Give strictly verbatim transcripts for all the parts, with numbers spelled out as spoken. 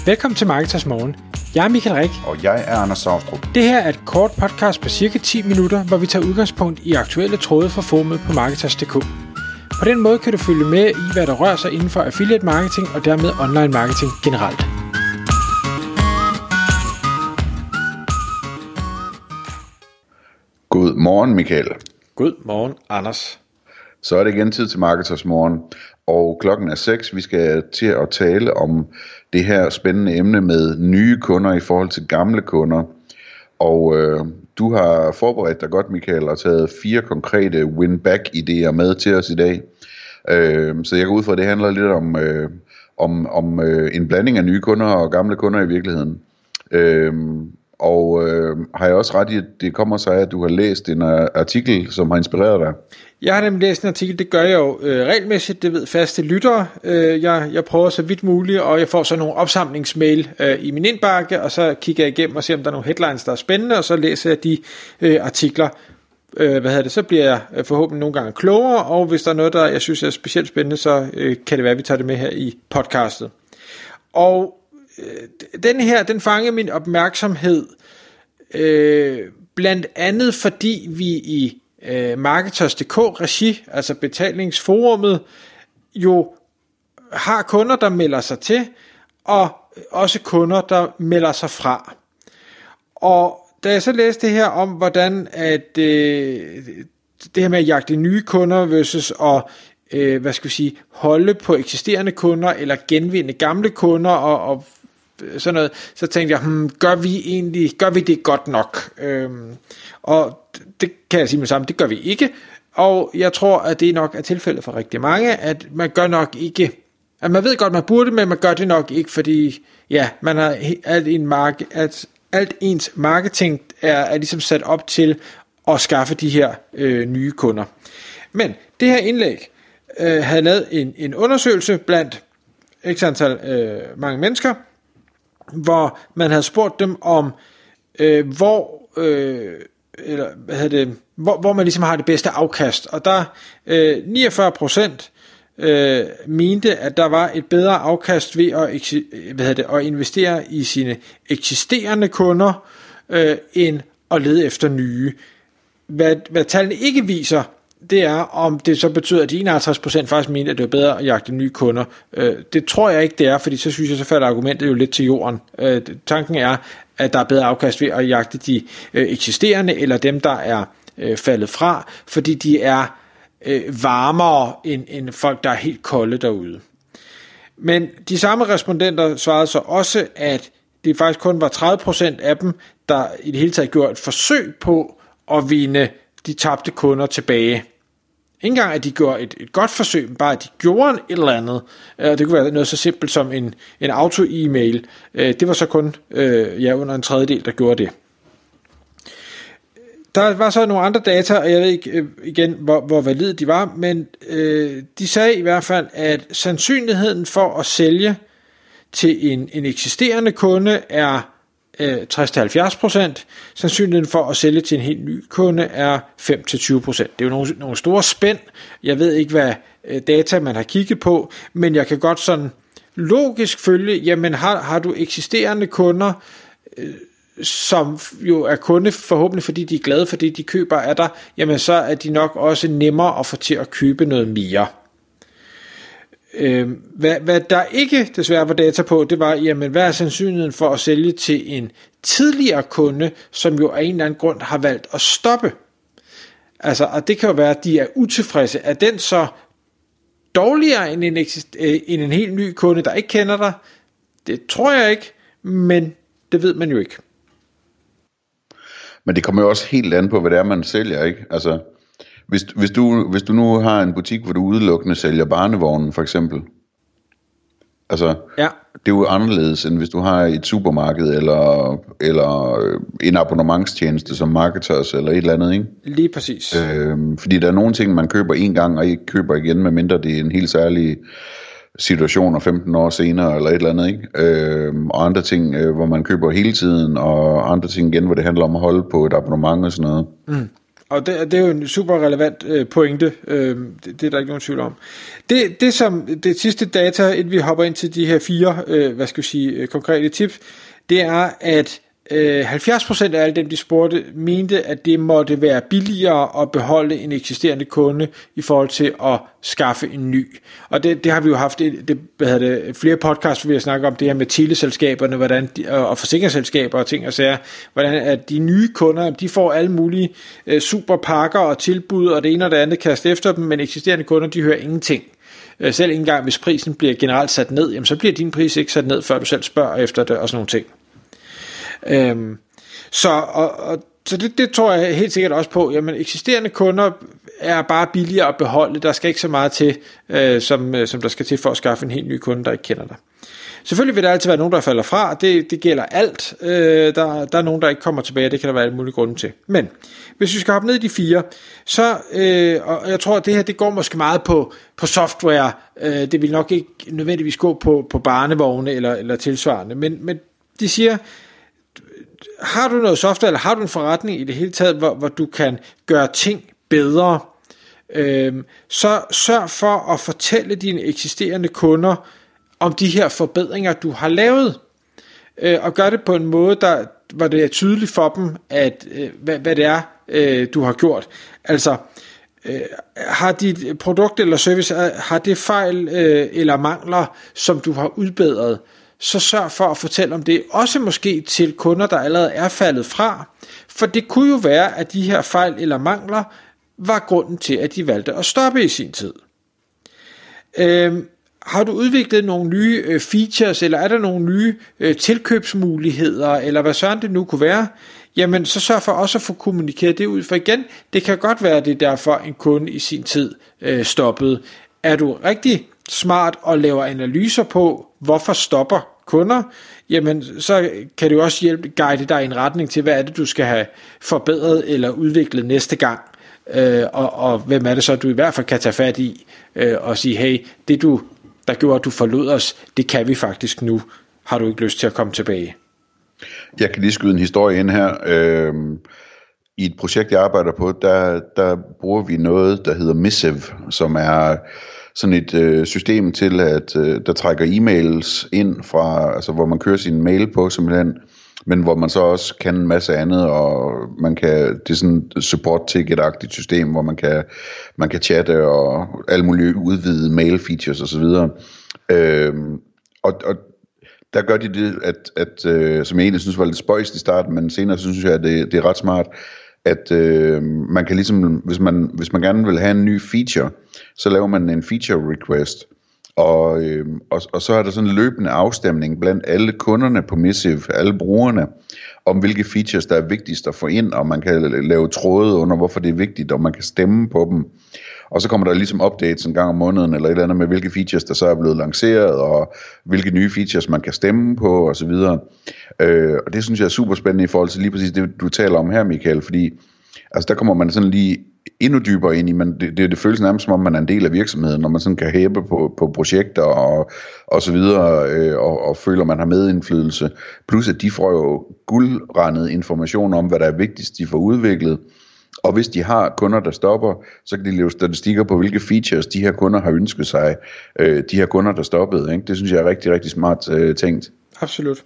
Velkommen til Marketers Morgen. Jeg er Michael Rik. Og jeg er Anders Saustrup. Det her er et kort podcast på cirka ti minutter, hvor vi tager udgangspunkt i aktuelle tråde fra forumet på Marketers punktum d k. På den måde kan du følge med i, hvad der rører sig inden for affiliate marketing og dermed online marketing generelt. God morgen, Michael. God morgen, Anders. Så er det igen tid til Marketers Morgen, og klokken er seks. Vi skal til at tale om det her spændende emne med nye kunder i forhold til gamle kunder. Og øh, du har forberedt dig godt, Michael, og taget fire konkrete win-back-idéer med til os i dag. Øh, så jeg går ud fra, at det handler lidt om, øh, om, om øh, en blanding af nye kunder og gamle kunder i virkeligheden. Øh, Og øh, har jeg også ret i, at det kommer sig af, at du har læst en uh, artikel, som har inspireret dig? Jeg har nemlig læst en artikel, det gør jeg jo øh, regelmæssigt, det ved faste lyttere. Øh, jeg, jeg prøver så vidt muligt, og jeg får så nogle opsamlingsmail øh, i min indbakke, og så kigger jeg igennem og ser, om der er nogle headlines, der er spændende, og så læser jeg de øh, artikler. Øh, hvad hedder det? Så bliver jeg forhåbentlig nogle gange klogere, og hvis der er noget, der jeg synes er specielt spændende, så øh, kan det være, at vi tager det med her i podcastet. Og den her, den fangede min opmærksomhed, øh, blandt andet fordi vi i øh, Marketers punktum d k regi, altså betalingsforummet, jo har kunder, der melder sig til, og også kunder, der melder sig fra. Og da jeg så læste det her om, hvordan at øh, det her med at jagte nye kunder versus at øh, hvad skal vi sige, holde på eksisterende kunder, eller genvinde gamle kunder, og, og sådan noget, så tænkte jeg, hmm, gør vi egentlig, gør vi det godt nok? Øhm, og det kan jeg sige med sammen, det gør vi ikke, og jeg tror, at det nok er tilfældet for rigtig mange, at man gør nok ikke, at man ved godt, man burde, men man gør det nok ikke, fordi ja, man har alt, en mark- at alt ens marketing er, er ligesom sat op til at skaffe de her øh, nye kunder. Men det her indlæg øh, havde lavet en, en undersøgelse blandt x antal øh, mange mennesker, hvor man havde spurgt dem om, øh, hvor, øh, eller, hvad hedder det, hvor, hvor man ligesom har det bedste afkast. Og der øh, niogfyrre procent øh, mente, at der var et bedre afkast ved at, hvad hedder det, at investere i sine eksisterende kunder, øh, end at lede efter nye. Hvad, hvad tallene ikke viser, det er, om det så betyder, at de enoghalvtreds procent faktisk mente, at det var bedre at jagte nye kunder. Øh, det tror jeg ikke, det er, fordi så synes jeg, så falder argumentet jo lidt til jorden. Øh, tanken er, at der er bedre afkast ved at jagte de øh, eksisterende, eller dem, der er øh, faldet fra, fordi de er øh, varmere end, end folk, der er helt kolde derude. Men de samme respondenter svarede så også, at det faktisk kun var tredive procent af dem, der i det hele taget gjorde et forsøg på at vinde de tabte kunder tilbage. Ikke engang, at de gjorde et, et godt forsøg, men bare at de gjorde et eller andet. Det kunne være noget så simpelt som en, en auto-e-mail. Det var så kun ja, under en tredjedel, der gjorde det. Der var så nogle andre data, og jeg ved ikke igen, hvor, hvor valide de var, men øh, de sagde i hvert fald, at sandsynligheden for at sælge til en, en eksisterende kunde er tres til halvfjerds procent. Sandsynligheden for at sælge til en helt ny kunde er fem til tyve procent. Det er jo nogle, nogle store spænd. Jeg ved ikke, hvad data man har kigget på, men jeg kan godt sådan logisk følge, jamen har, har du eksisterende kunder, øh, som jo er kunde forhåbentlig, fordi de er glade for det, de køber af dig, jamen så er de nok også nemmere at få til at købe noget mere. Hvad, hvad der ikke desværre var data på, det var, jamen, hvad er sandsynligheden for at sælge til en tidligere kunde, som jo af en eller anden grund har valgt at stoppe. Altså, og det kan jo være, at de er utilfredse. Er den så dårligere end en, eksist- end en helt ny kunde, der ikke kender dig? Det tror jeg ikke, men det ved man jo ikke. Men det kommer jo også helt an på, hvad det er, man sælger, ikke? Altså, Hvis, hvis, du, hvis du nu har en butik, hvor du udelukkende sælger barnevognen, for eksempel. Altså, ja. Det er jo anderledes, end hvis du har et supermarked, eller, eller en abonnementstjeneste som Marketers, eller et eller andet, ikke? Lige præcis. Øhm, fordi der er nogle ting, man køber en gang, og ikke køber igen, medmindre det er en helt særlig situation, og femten år senere, eller et eller andet, ikke? Øhm, og andre ting, øh, hvor man køber hele tiden, og andre ting igen, hvor det handler om at holde på et abonnement og sådan noget. Mm. Og det, det er jo en super relevant øh, pointe, øh, det, det er der ikke nogen tvivl om. Det, det som det sidste data, inden vi hopper ind til de her fire, øh, hvad skal jeg sige, øh, konkrete tips, det er, at øh, halvfjerds procent af alle dem, de spurgte, mente, at det måtte være billigere at beholde en eksisterende kunde i forhold til at skaffe en ny. Og det, det har vi jo haft det, det, hvad hedder det, flere podcasts, hvor vi har snakket om det her med teleselskaberne, hvordan de, og forsikringsselskaber og ting og sager, hvordan at de nye kunder, de får alle mulige øh, superpakker og tilbud, og det ene og det andet kaste efter dem, men eksisterende kunder, de hører ingenting. Øh, selv ikke engang, hvis prisen bliver generelt sat ned, jamen, så bliver din pris ikke sat ned, før du selv spørger efter det og sådan nogle ting. Øhm, så og, og, så det, det tror jeg helt sikkert også på. Jamen, eksisterende kunder er bare billigere at beholde. Der skal ikke så meget til, øh, som, som der skal til for at skaffe en helt ny kunde, der ikke kender dig. Selvfølgelig vil der altid være nogen, der falder fra. Det, det gælder alt. Øh, der, der er nogen, der ikke kommer tilbage. Det kan der være alle mulige grunde til. Men hvis vi skal hoppe ned i de fire, så øh, og jeg tror, at det her det går måske meget på, på software. Øh, det vil nok ikke nødvendigvis gå på, på barnevogne eller, eller tilsvarende. Men, men de siger, har du noget software, eller har du en forretning i det hele taget, hvor, hvor du kan gøre ting bedre, øhm, så sørg for at fortælle dine eksisterende kunder om de her forbedringer, du har lavet, øh, og gør det på en måde, der, hvor det er tydeligt for dem, at, øh, hvad, hvad det er, øh, du har gjort. Altså, øh, har dit produkt eller service, har det fejl øh, eller mangler, som du har udbedret, så sørg for at fortælle om det, også måske til kunder, der allerede er faldet fra, for det kunne jo være, at de her fejl eller mangler var grunden til, at de valgte at stoppe i sin tid. Øhm, har du udviklet nogle nye øh, features, eller er der nogle nye øh, tilkøbsmuligheder, eller hvad sådan det nu kunne være, jamen så sørg for også at få kommunikeret det ud, for igen, det kan godt være, at det er derfor en kunde i sin tid øh, stoppede. Er du rigtig smart og laver analyser på, hvorfor stopper kunder, jamen så kan det jo også hjælpe, guide dig i en retning til, hvad er det, du skal have forbedret eller udviklet næste gang, øh, og, og hvem er det så, du i hvert fald kan tage fat i, øh, og sige, hey, det du, der gjorde, at du forlod os, det kan vi faktisk nu, har du ikke lyst til at komme tilbage? Jeg kan lige skyde en historie ind her. Øh, I et projekt, jeg arbejder på, der, der bruger vi noget, der hedder Missive, som er sådan et øh, system til, at øh, der trækker e-mails ind fra, altså hvor man kører sin mail på simpelthen, men hvor man så også kan en masse andet, og man kan, det er sådan et support-ticket-agtigt system, hvor man kan, man kan chatte og alle mulige udvidede mail-features osv. Øh, og, og der gør de det, at, at øh, som jeg egentlig synes var lidt spøjst i starten, men senere synes jeg, at det, det er ret smart, at øh, man kan ligesom, hvis man, hvis man gerne vil have en ny feature, så laver man en feature request, og, øh, og, og så er der sådan en løbende afstemning blandt alle kunderne på Missive, alle brugerne, om hvilke features der er vigtigst at få ind, og man kan lave tråde under, hvorfor det er vigtigt, og man kan stemme på dem. Og så kommer der ligesom updates en gang om måneden, eller et eller andet med, hvilke features der så er blevet lanceret, og hvilke nye features man kan stemme på, og så videre. Øh, og det synes jeg er super spændende i forhold til lige præcis det, du taler om her, Michael, fordi altså, der kommer man sådan lige endnu dybere ind i, men det, det, det føles nærmest som om, man er en del af virksomheden, når man sådan kan hæbe på, på projekter, og, og så videre, øh, og, og føler, man har medindflydelse. Plus, at de får jo guldrandet information om, hvad der er vigtigst, de får udviklet. Og hvis de har kunder, der stopper, så kan de lave statistikker på, hvilke features de her kunder har ønsket sig. Øh, de her kunder, der stoppede. Ikke? Det synes jeg er rigtig, rigtig smart øh, tænkt. Absolut.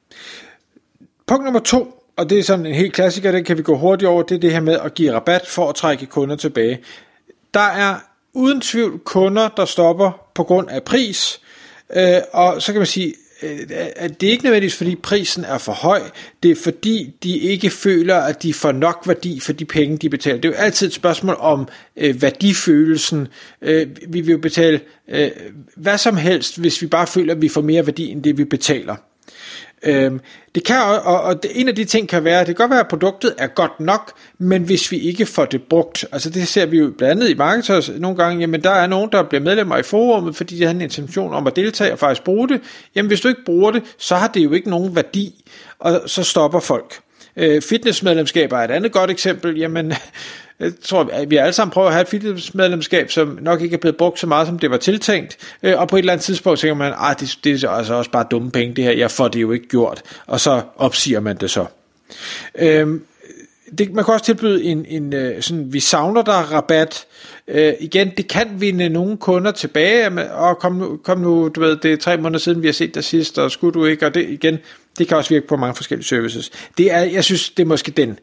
Punkt nummer to, og det er sådan en helt klassiker, den kan vi gå hurtigt over, det er det her med at give rabat for at trække kunder tilbage. Der er uden tvivl kunder, der stopper på grund af pris, øh, og så kan man sige, at det er ikke nødvendigvis fordi prisen er for høj, det er fordi de ikke føler, at de får nok værdi for de penge, de betaler. Det er jo altid et spørgsmål om øh, værdifølelsen. Øh, vi vil jo betale øh, hvad som helst, hvis vi bare føler, at vi får mere værdi end det, vi betaler. Øhm, det kan, og, og det, en af de ting kan være, det kan godt være, at produktet er godt nok, men hvis vi ikke får det brugt, altså det ser vi jo blandt andet i Marketers nogle gange, jamen der er nogen, der bliver medlemmer i forummet, fordi de har en intention om at deltage og faktisk bruge det. Jamen hvis du ikke bruger det, så har det jo ikke nogen værdi, og så stopper folk. Øh, fitnessmedlemskaber er et andet godt eksempel. Jamen jeg tror, at vi alle sammen prøver at have et fitnessmedlemskab, som nok ikke er blevet brugt så meget, som det var tiltænkt, og på et eller andet tidspunkt tænker man, at det, det er altså også bare dumme penge det her, jeg får det jo ikke gjort, og så opsiger man det så. Øhm, det, man kan også tilbyde en, en sådan, vi savner dig rabat. Øh, igen, det kan vinde nogle kunder tilbage, og kom nu, kom nu, du ved, det er tre måneder siden, vi har set dig sidst, og skulle du ikke, og det igen, det kan også virke på mange forskellige services. Det er, jeg synes, det er måske den,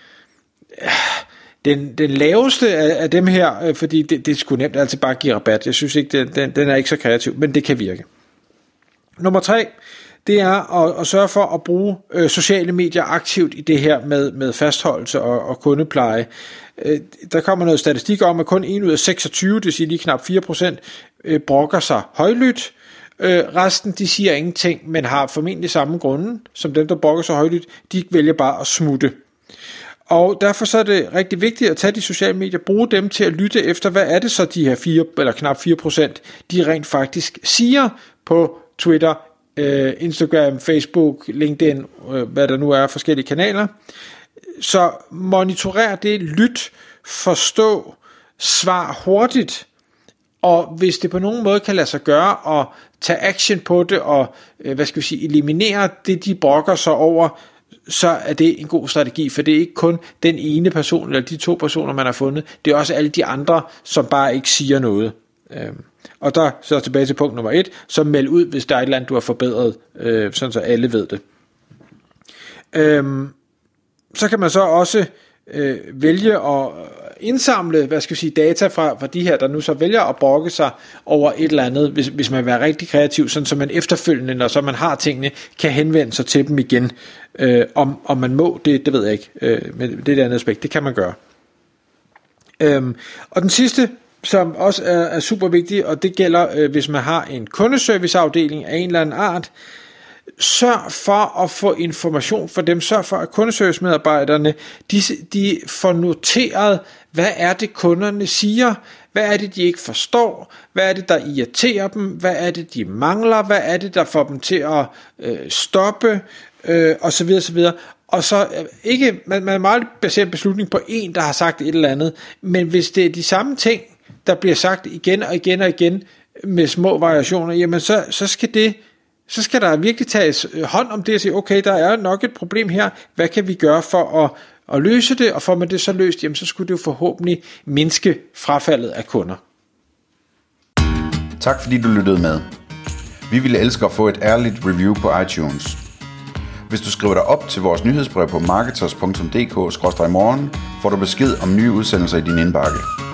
den, den laveste af, af dem her, fordi det, det er sgu nemt altid bare at give rabat. Jeg synes ikke, den, den, den er ikke så kreativ, men det kan virke. Nummer tre, det er at, at sørge for at bruge øh, sociale medier aktivt i det her med, med fastholdelse og, og kundepleje. Øh, der kommer noget statistik om, at kun en ud af seksogtyve, det vil sige lige knap fire procent, øh, brokker sig højlydt. Øh, resten, de siger ingenting, men har formentlig samme grunde, som dem, der brokker sig højlydt. De vælger bare at smutte. Og derfor så er det rigtig vigtigt at tage de sociale medier, bruge dem til at lytte efter, hvad er det så de her fire, eller knap fire procent, de rent faktisk siger på Twitter, Instagram, Facebook, LinkedIn, hvad der nu er forskellige kanaler. Så monitorer det, lyt, forstå, svar hurtigt, og hvis det på nogen måde kan lade sig gøre og tage action på det og hvad skal vi sige, eliminere det, de brokker sig over, så er det en god strategi, for det er ikke kun den ene person eller de to personer, man har fundet, det er også alle de andre, som bare ikke siger noget. Og der så tilbage til punkt nummer et, så meld ud, hvis der er et eller andet, du har forbedret, øh, sådan så alle ved det. Øhm, så kan man så også øh, vælge at indsamle, hvad skal vi sige, data fra, fra de her, der nu så vælger at brokke sig over et eller andet, hvis, hvis man vil være rigtig kreativ, sådan så man efterfølgende, når så man har tingene, kan henvende sig til dem igen. Øh, om, om man må, det, det ved jeg ikke, øh, men det er et andet aspekt, det kan man gøre. Øhm, og den sidste, som også er, er super vigtig, og det gælder, øh, hvis man har en kundeserviceafdeling af en eller anden art. Sørg for at få information for dem, sørg for at kundeservicemedarbejderne, de, de får noteret, hvad er det kunderne siger, hvad er det de ikke forstår, hvad er det der irriterer dem, hvad er det de mangler, hvad er det der får dem til at øh, stoppe, øh, og så videre, så videre. Og så ikke, man, man er meget baseret en beslutning på en, der har sagt et eller andet, men hvis det er de samme ting, der bliver sagt igen og igen og igen med små variationer, jamen så, så skal det, så skal der virkelig tages hånd om det og sige, okay, der er nok et problem her, hvad kan vi gøre for at, at løse det, og får man det så løst, jamen så skulle det jo forhåbentlig mindske frafaldet af kunder. Tak fordi du lyttede med. Vi ville elske at få et ærligt review på iTunes. Hvis du skriver dig op til vores nyhedsbrev på marketers punktum d k skråstreg morgen, får du besked om nye udsendelser i din indbakke.